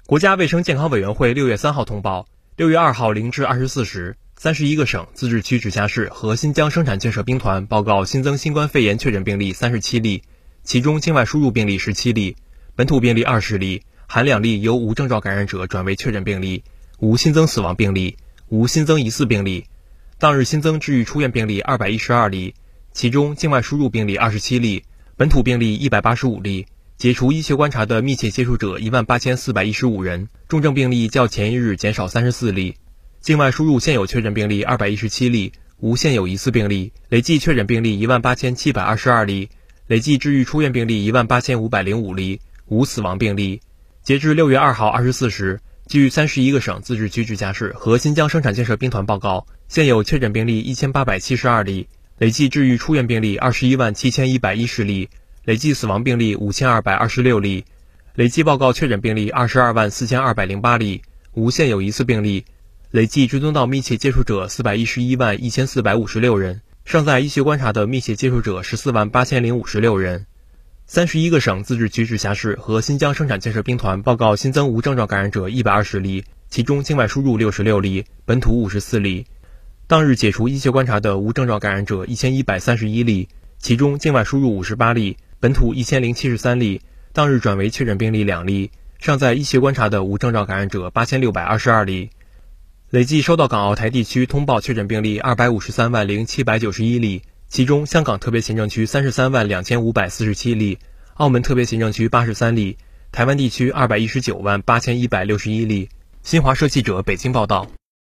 国家卫生健康委员会6月3号通报，6月2号0至24时，31个省、自治区、直辖市和新疆生产建设兵团报告新增新冠肺炎确诊病例37例，其中境外输入病例17例，本土病例20例，含2例由无症状感染者转为确诊病例，无新增死亡病例，无新增疑似病例。当日新增治愈出院病例212例，其中境外输入病例27例，本土病例185例。解除医学观察的密切接触者18415人，重症病例较前一日减少34例。境外输入现有确诊病例217例，无现有疑似病例，累计确诊病例18722例，累计治愈出院病例18505例，无死亡病例。截至6月2号24时，据31个省、自治区、直辖市和新疆生产建设兵团报告，现有确诊病例1872例，累计治愈出院病例217110例，累计死亡病例5226例，累计报告确诊病例224208例，无现有疑似病例，累计追踪到密切接触者4111456人，尚在医学观察的密切接触者148056人。31个省、自治区、直辖市和新疆生产建设兵团报告新增无症状感染者120例，其中境外输入66例，本土54例。当日解除医学观察的无症状感染者1131例，其中境外输入58例，本土1073例，当日转为确诊病例2例，尚在医学观察的无症状感染者8622例。累计收到港澳台地区通报确诊病例2530791例，其中香港特别行政区332547例，澳门特别行政区83例，台湾地区2198161例。新华社记者北京报道。